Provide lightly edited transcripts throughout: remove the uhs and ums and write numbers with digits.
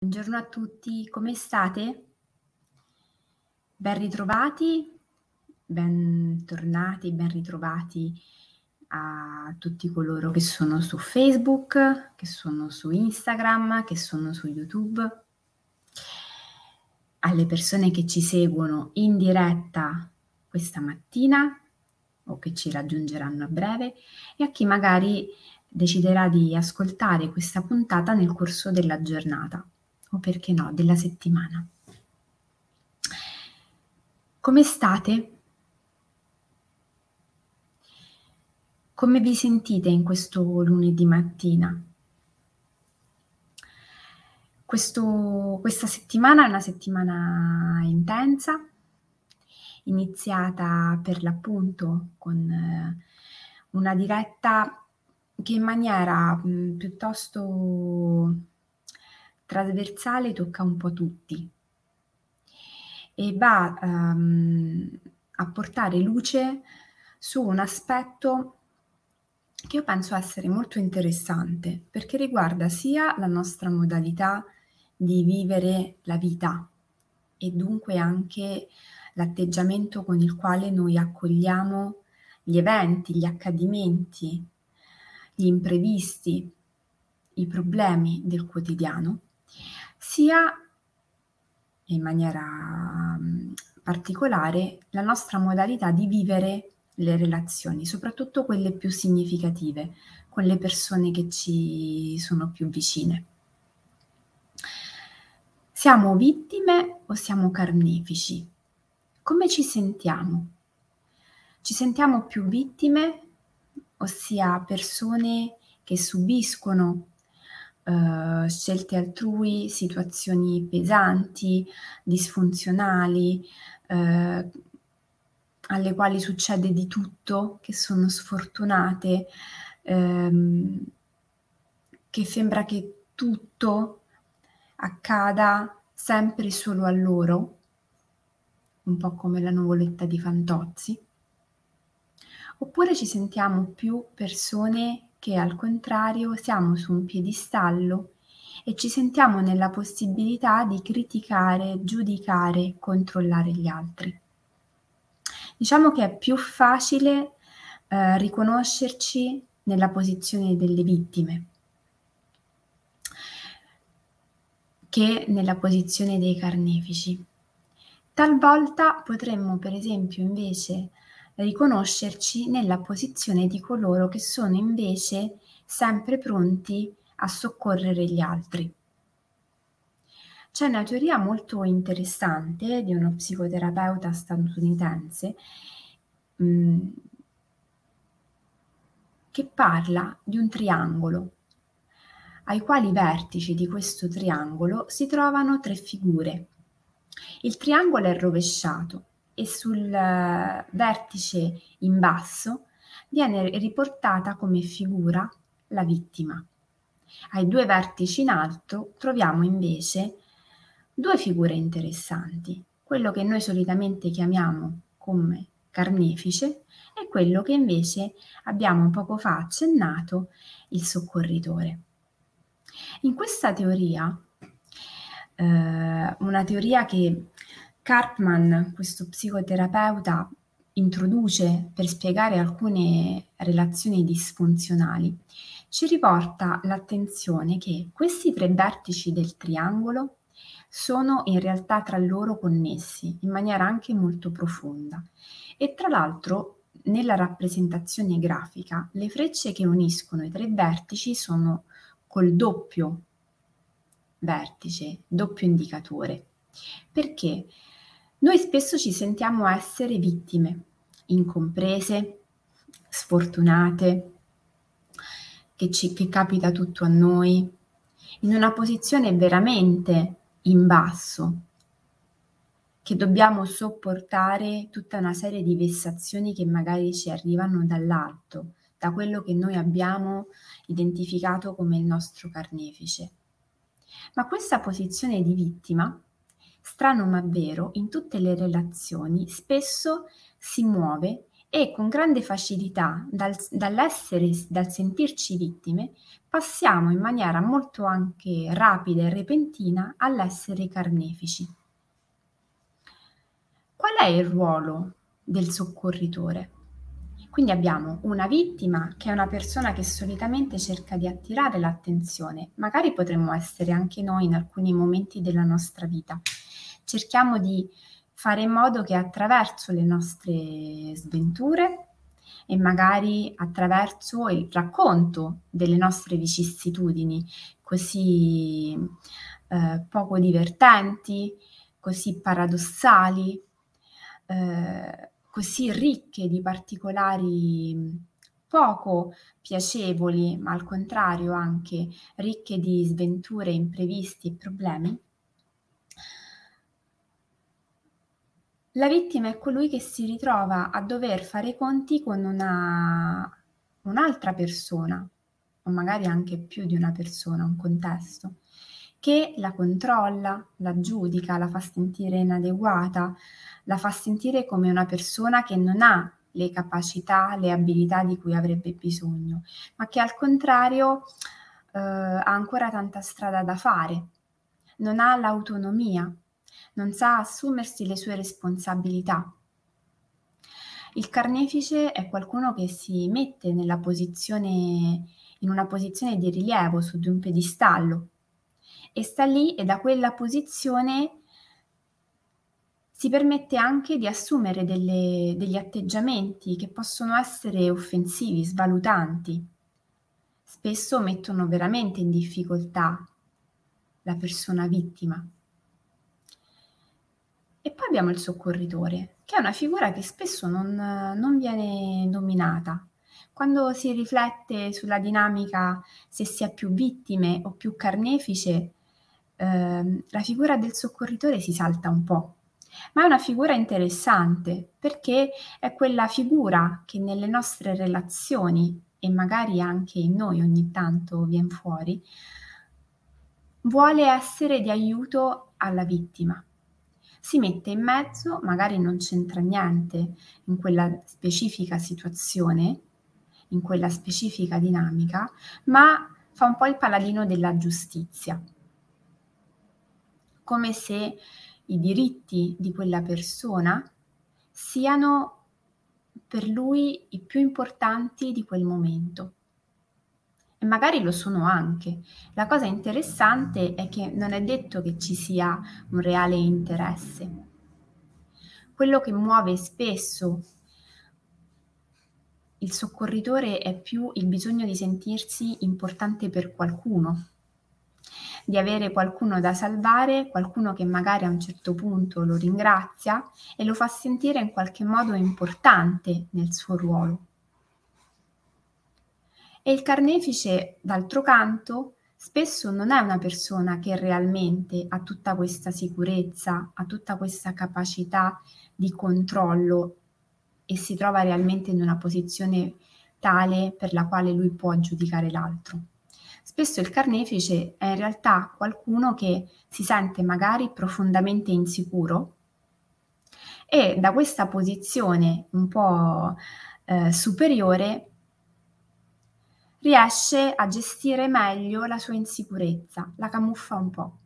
Buongiorno a tutti, come state? Ben ritrovati, bentornati, ben ritrovati a tutti coloro che sono su Facebook, che sono su Instagram, che sono su YouTube, alle persone che ci seguono in diretta questa mattina o che ci raggiungeranno a breve e a chi magari deciderà di ascoltare questa puntata nel corso della giornata o perché no, della settimana. Come state? Come vi sentite in questo lunedì mattina? Questa settimana è una settimana intensa, iniziata per l'appunto con una diretta che in maniera, piuttosto trasversale tocca un po' tutti e va, a portare luce su un aspetto che io penso essere molto interessante, perché riguarda sia la nostra modalità di vivere la vita e dunque anche l'atteggiamento con il quale noi accogliamo gli eventi, gli accadimenti, gli imprevisti, i problemi del quotidiano, sia in maniera, particolare la nostra modalità di vivere le relazioni, soprattutto quelle più significative, con le persone che ci sono più vicine. Siamo vittime o siamo carnefici? Come ci sentiamo? Ci sentiamo più vittime, ossia persone che subiscono, scelte altrui, situazioni pesanti, disfunzionali, uhm, alle quali succede di tutto, che sono sfortunate, ehm, che sembra che tutto accada sempre solo a loro, un po' come la nuvoletta di Fantozzi. Oppure ci sentiamo più persone che al contrario siamo su un piedistallo e ci sentiamo nella possibilità di criticare, giudicare, controllare gli altri. Diciamo che è più facile, riconoscerci nella posizione delle vittime che nella posizione dei carnefici. Talvolta potremmo per esempio invece riconoscerci nella posizione di coloro che sono invece sempre pronti a soccorrere gli altri. C'è una teoria molto interessante di uno psicoterapeuta statunitense, mhmm, che parla di un triangolo, ai quali vertici di questo triangolo si trovano 3 figure. Il triangolo è rovesciato e sul vertice in basso viene riportata come figura la vittima. Ai 2 vertici in alto troviamo invece 2 figure interessanti, quello che noi solitamente chiamiamo come carnefice e quello che invece abbiamo poco fa accennato, il soccorritore. In questa teoria, una teoria che Karpman, questo psicoterapeuta, introduce per spiegare alcune relazioni disfunzionali, ci riporta l'attenzione che questi 3 vertici del triangolo sono in realtà tra loro connessi in maniera anche molto profonda e tra l'altro nella rappresentazione grafica le frecce che uniscono i 3 vertici sono col doppio vertice, doppio indicatore. Perché noi spesso ci sentiamo essere vittime, incomprese, sfortunate, che capita tutto a noi, in una posizione veramente in basso, che dobbiamo sopportare tutta una serie di vessazioni che magari ci arrivano dall'alto, da quello che noi abbiamo identificato come il nostro carnefice. Ma questa posizione di vittima, strano ma vero, in tutte le relazioni spesso si muove e con grande facilità dal sentirci vittime, passiamo in maniera molto anche rapida e repentina all'essere carnefici. Qual è il ruolo del soccorritore? Quindi abbiamo una vittima che è una persona che solitamente cerca di attirare l'attenzione, magari potremmo essere anche noi in alcuni momenti della nostra vita. Cerchiamo di fare in modo che attraverso le nostre sventure e magari attraverso il racconto delle nostre vicissitudini così poco divertenti, così paradossali, così ricche di particolari poco piacevoli, ma al contrario anche ricche di sventure, imprevisti e problemi, la vittima è colui che si ritrova a dover fare i conti con un'altra persona, o magari anche più di una persona, un contesto, che la controlla, la giudica, la fa sentire inadeguata, la fa sentire come una persona che non ha le capacità, le abilità di cui avrebbe bisogno, ma che al contrario ha ancora tanta strada da fare, non ha l'autonomia, non sa assumersi le sue responsabilità. Il carnefice è qualcuno che si mette in una posizione di rilievo su di un piedistallo e sta lì e da quella posizione si permette anche di assumere degli atteggiamenti che possono essere offensivi, svalutanti. Spesso mettono veramente in difficoltà la persona vittima. E poi abbiamo il soccorritore, che è una figura che spesso non viene nominata. Quando si riflette sulla dinamica se si è più vittime o più carnefice, la figura del soccorritore si salta un po', ma è una figura interessante perché è quella figura che nelle nostre relazioni e magari anche in noi ogni tanto vien fuori, vuole essere di aiuto alla vittima. Si mette in mezzo, magari non c'entra niente in quella specifica situazione, in quella specifica dinamica, ma fa un po' il paladino della giustizia, come se i diritti di quella persona siano per lui i più importanti di quel momento. E magari lo sono anche. La cosa interessante è che non è detto che ci sia un reale interesse. Quello che muove spesso il soccorritore è più il bisogno di sentirsi importante per qualcuno, di avere qualcuno da salvare, qualcuno che magari a un certo punto lo ringrazia e lo fa sentire in qualche modo importante nel suo ruolo. E il carnefice, d'altro canto, spesso non è una persona che realmente ha tutta questa sicurezza, ha tutta questa capacità di controllo e si trova realmente in una posizione tale per la quale lui può giudicare l'altro. Spesso il carnefice è in realtà qualcuno che si sente magari profondamente insicuro e da questa posizione un po' superiore riesce a gestire meglio la sua insicurezza, la camuffa un po'.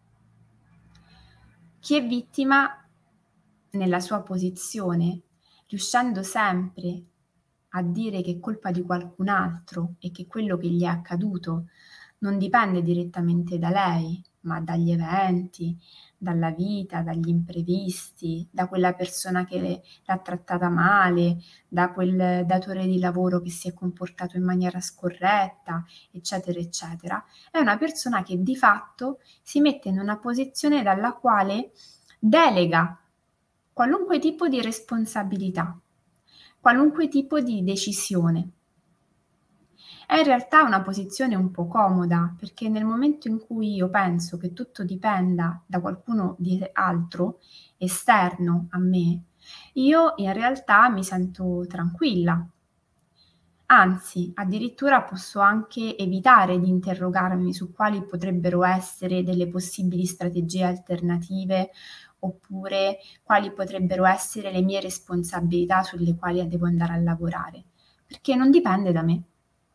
Chi è vittima nella sua posizione, riuscendo sempre a dire che è colpa di qualcun altro e che quello che gli è accaduto non dipende direttamente da lei, ma dagli eventi, dalla vita, dagli imprevisti, da quella persona che l'ha trattata male, da quel datore di lavoro che si è comportato in maniera scorretta, eccetera, eccetera, è una persona che di fatto si mette in una posizione dalla quale delega qualunque tipo di responsabilità, qualunque tipo di decisione. È in realtà una posizione un po' comoda, perché nel momento in cui io penso che tutto dipenda da qualcuno di altro, esterno a me, io in realtà mi sento tranquilla. Anzi, addirittura posso anche evitare di interrogarmi su quali potrebbero essere delle possibili strategie alternative oppure quali potrebbero essere le mie responsabilità sulle quali devo andare a lavorare, perché non dipende da me.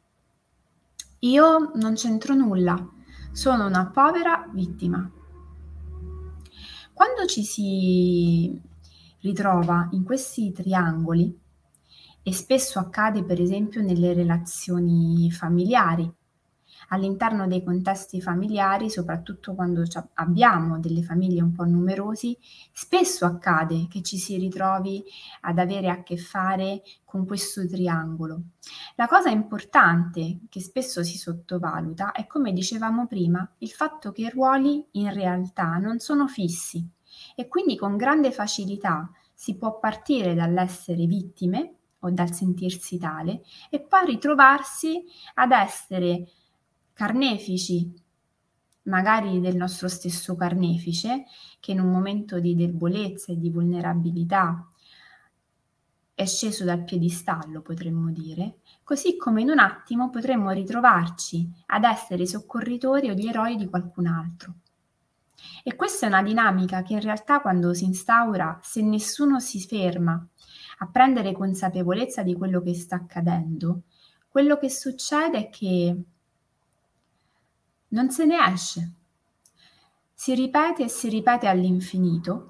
Io non c'entro nulla, sono una povera vittima. Quando ci si ritrova in questi triangoli, e spesso accade per esempio nelle relazioni familiari, all'interno dei contesti familiari, soprattutto quando abbiamo delle famiglie un po' numerosi, spesso accade che ci si ritrovi ad avere a che fare con questo triangolo. La cosa importante che spesso si sottovaluta è, come dicevamo prima, il fatto che i ruoli in realtà non sono fissi e quindi con grande facilità si può partire dall'essere vittime o dal sentirsi tale e poi ritrovarsi ad essere carnefici, magari del nostro stesso carnefice, che in un momento di debolezza e di vulnerabilità è sceso dal piedistallo, potremmo dire, così come in un attimo potremmo ritrovarci ad essere i soccorritori o gli eroi di qualcun altro. E questa è una dinamica che in realtà, quando si instaura, se nessuno si ferma a prendere consapevolezza di quello che sta accadendo, quello che succede è che non se ne esce. Si ripete e si ripete all'infinito,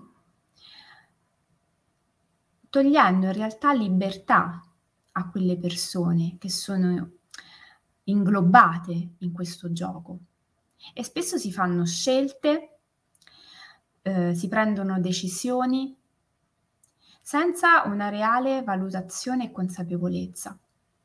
togliendo in realtà libertà a quelle persone che sono inglobate in questo gioco. E spesso si fanno scelte, si prendono decisioni senza una reale valutazione e consapevolezza.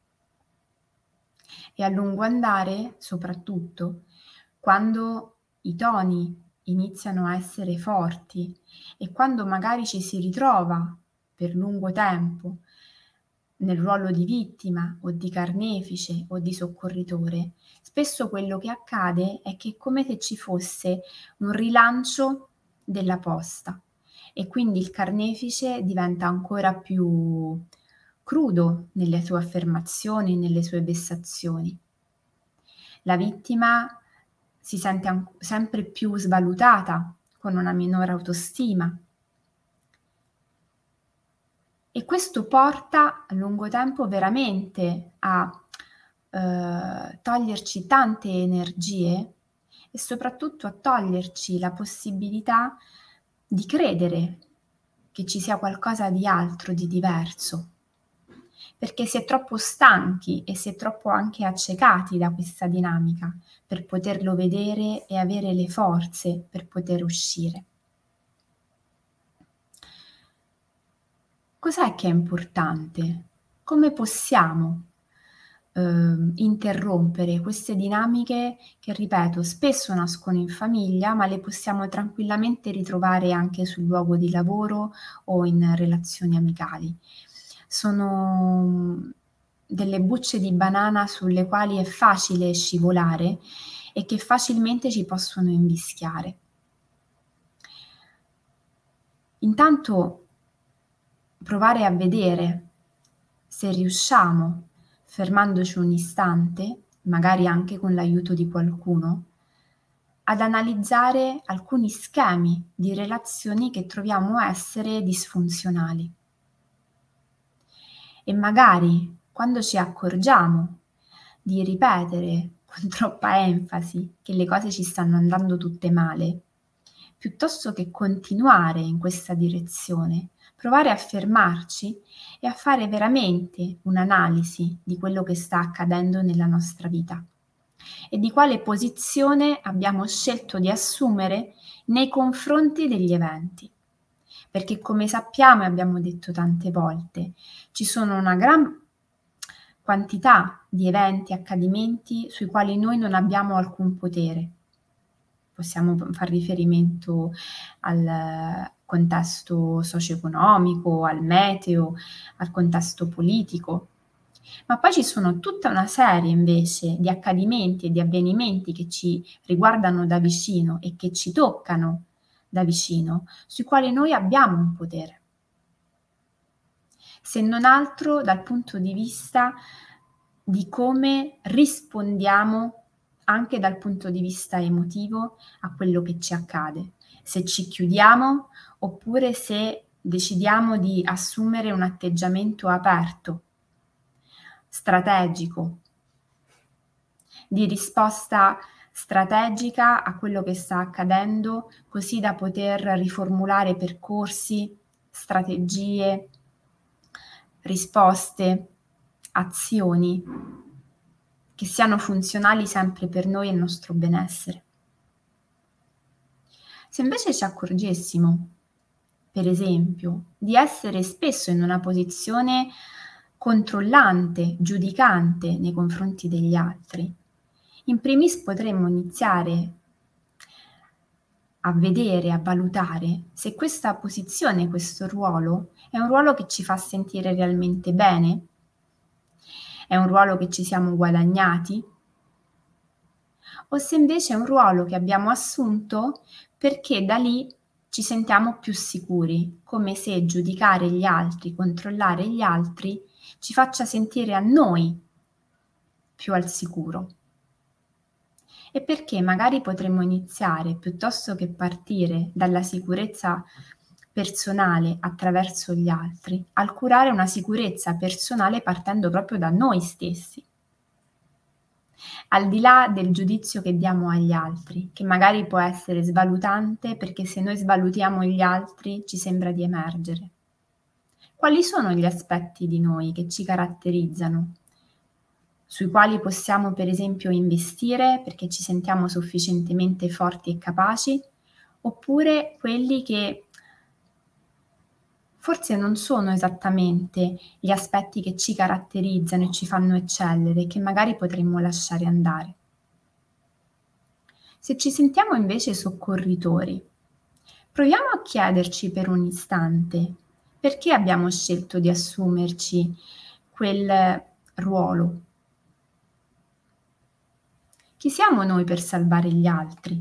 E a lungo andare, soprattutto, quando i toni iniziano a essere forti e quando magari ci si ritrova per lungo tempo nel ruolo di vittima o di carnefice o di soccorritore, spesso quello che accade è che è come se ci fosse un rilancio della posta e quindi il carnefice diventa ancora più crudo nelle sue affermazioni, nelle sue vessazioni. La vittima si sente sempre più svalutata, con una minore autostima. E questo porta a lungo tempo veramente a toglierci tante energie e soprattutto a toglierci la possibilità di credere che ci sia qualcosa di altro, di diverso, perché si è troppo stanchi e si è troppo anche accecati da questa dinamica per poterlo vedere e avere le forze per poter uscire. Cos'è che è importante? Come possiamo interrompere queste dinamiche che, ripeto, spesso nascono in famiglia, ma le possiamo tranquillamente ritrovare anche sul luogo di lavoro o in relazioni amicali. Sono delle bucce di banana sulle quali è facile scivolare e che facilmente ci possono invischiare. Intanto provare a vedere se riusciamo, fermandoci un istante, magari anche con l'aiuto di qualcuno, ad analizzare alcuni schemi di relazioni che troviamo essere disfunzionali. E magari, quando ci accorgiamo di ripetere con troppa enfasi che le cose ci stanno andando tutte male, piuttosto che continuare in questa direzione, provare a fermarci e a fare veramente un'analisi di quello che sta accadendo nella nostra vita e di quale posizione abbiamo scelto di assumere nei confronti degli eventi. Perché, come sappiamo e abbiamo detto tante volte, ci sono una gran quantità di eventi, accadimenti sui quali noi non abbiamo alcun potere. Possiamo far riferimento al contesto socio-economico, al meteo, al contesto politico, ma poi ci sono tutta una serie invece di accadimenti e di avvenimenti che ci riguardano da vicino e che ci toccano da vicino, sui quali noi abbiamo un potere. Se non altro dal punto di vista di come rispondiamo anche dal punto di vista emotivo a quello che ci accade, se ci chiudiamo oppure se decidiamo di assumere un atteggiamento aperto, strategico, di risposta strategica a quello che sta accadendo, così da poter riformulare percorsi, strategie, risposte, azioni che siano funzionali sempre per noi e il nostro benessere. Se invece ci accorgessimo, per esempio, di essere spesso in una posizione controllante, giudicante nei confronti degli altri, in primis potremmo iniziare a vedere, a valutare se questa posizione, questo ruolo, è un ruolo che ci fa sentire realmente bene? È un ruolo che ci siamo guadagnati? O se invece è un ruolo che abbiamo assunto perché da lì ci sentiamo più sicuri, come se giudicare gli altri, controllare gli altri, ci faccia sentire a noi più al sicuro. E perché magari potremmo iniziare, piuttosto che partire dalla sicurezza personale attraverso gli altri, al curare una sicurezza personale partendo proprio da noi stessi. Al di là del giudizio che diamo agli altri, che magari può essere svalutante perché se noi svalutiamo gli altri ci sembra di emergere. Quali sono gli aspetti di noi che ci caratterizzano, sui quali possiamo per esempio investire perché ci sentiamo sufficientemente forti e capaci, oppure quelli che forse non sono esattamente gli aspetti che ci caratterizzano e ci fanno eccellere, che magari potremmo lasciare andare. Se ci sentiamo invece soccorritori, proviamo a chiederci per un istante perché abbiamo scelto di assumerci quel ruolo. Chi siamo noi per salvare gli altri?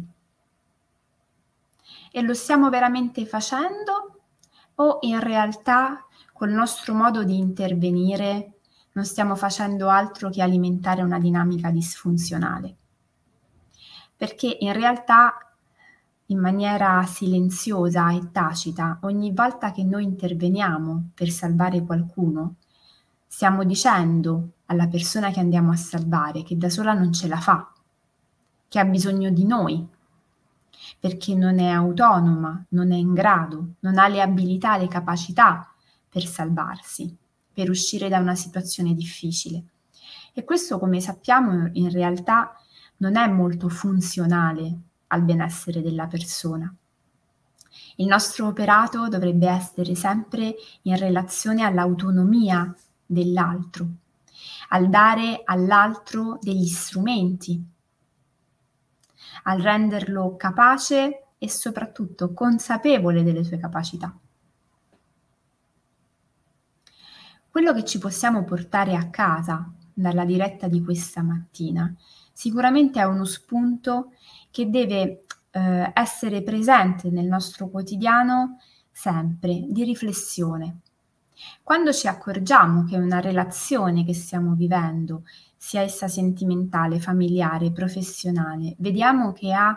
E lo stiamo veramente facendo o in realtà col nostro modo di intervenire non stiamo facendo altro che alimentare una dinamica disfunzionale? Perché in realtà in maniera silenziosa e tacita, ogni volta che noi interveniamo per salvare qualcuno, stiamo dicendo alla persona che andiamo a salvare che da sola non ce la fa, che ha bisogno di noi, perché non è autonoma, non è in grado, non ha le abilità, le capacità per salvarsi, per uscire da una situazione difficile. E questo, come sappiamo, in realtà non è molto funzionale al benessere della persona. Il nostro operato dovrebbe essere sempre in relazione all'autonomia dell'altro, al dare all'altro degli strumenti, al renderlo capace e soprattutto consapevole delle sue capacità. Quello che ci possiamo portare a casa dalla diretta di questa mattina sicuramente è uno spunto che deve essere presente nel nostro quotidiano sempre, di riflessione. Quando ci accorgiamo che una relazione che stiamo vivendo, sia essa sentimentale, familiare, professionale, vediamo che ha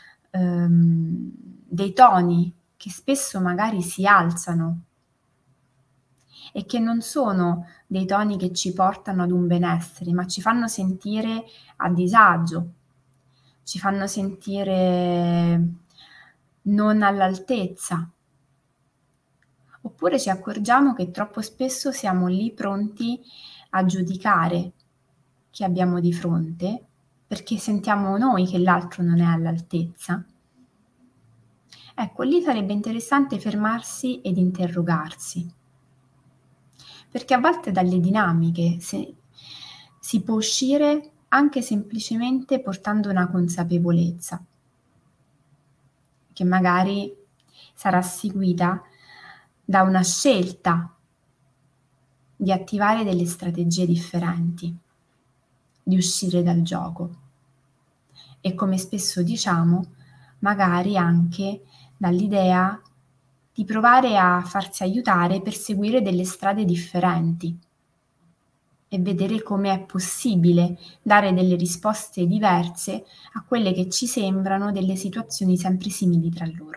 dei toni che spesso magari si alzano e che non sono dei toni che ci portano ad un benessere, ma ci fanno sentire a disagio, ci fanno sentire non all'altezza. Oppure ci accorgiamo che troppo spesso siamo lì pronti a giudicare chi abbiamo di fronte, perché sentiamo noi che l'altro non è all'altezza. Ecco, lì sarebbe interessante fermarsi ed interrogarsi. Perché a volte dalle dinamiche si può uscire anche semplicemente portando una consapevolezza, che magari sarà seguita da una scelta di attivare delle strategie differenti, di uscire dal gioco e, come spesso diciamo, magari anche dall'idea di provare a farsi aiutare per seguire delle strade differenti. e vedere come è possibile dare delle risposte diverse a quelle che ci sembrano delle situazioni sempre simili tra loro.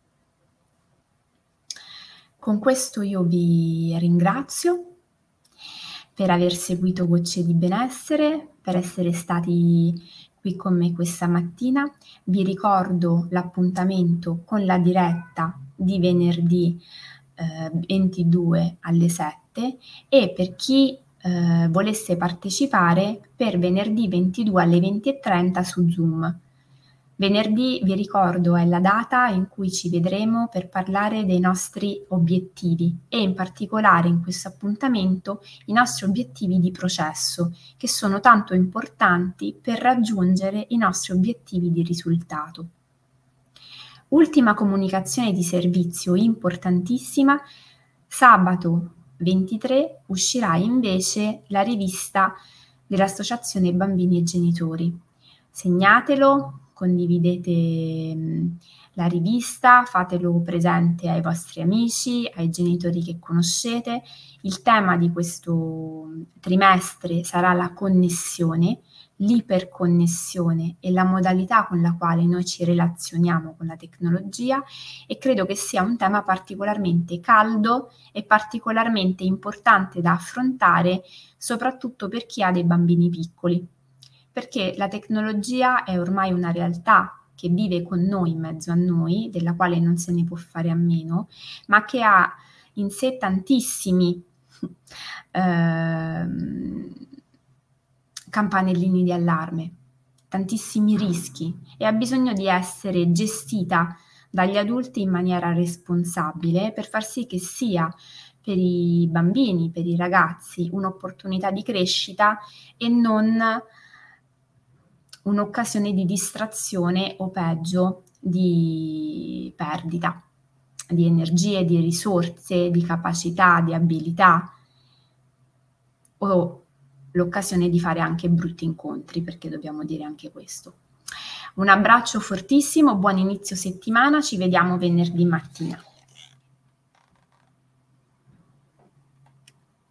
Con questo io vi ringrazio per aver seguito Gocce di Benessere, per essere stati qui con me questa mattina. Vi ricordo l'appuntamento con la diretta di venerdì 22 alle 7 e per chi volesse partecipare per venerdì 22 alle 20:30 su Zoom. Venerdì, vi ricordo, è la data in cui ci vedremo per parlare dei nostri obiettivi e in particolare in questo appuntamento i nostri obiettivi di processo, che sono tanto importanti per raggiungere i nostri obiettivi di risultato. Ultima comunicazione di servizio importantissima: sabato 23 uscirà invece la rivista dell'Associazione Bambini e Genitori. Segnatelo, condividete la rivista, fatelo presente ai vostri amici, ai genitori che conoscete. Il tema di questo trimestre sarà la connessione, l'iperconnessione e la modalità con la quale noi ci relazioniamo con la tecnologia, e credo che sia un tema particolarmente caldo e particolarmente importante da affrontare, soprattutto per chi ha dei bambini piccoli, perché la tecnologia è ormai una realtà che vive con noi, in mezzo a noi, della quale non se ne può fare a meno, ma che ha in sé tantissimi campanellini di allarme, tantissimi rischi, e ha bisogno di essere gestita dagli adulti in maniera responsabile per far sì che sia per i bambini, per i ragazzi, un'opportunità di crescita e non un'occasione di distrazione o peggio di perdita di energie, di risorse, di capacità, di abilità, o l'occasione di fare anche brutti incontri, perché dobbiamo dire anche questo. Un abbraccio fortissimo, buon inizio settimana, ci vediamo venerdì mattina.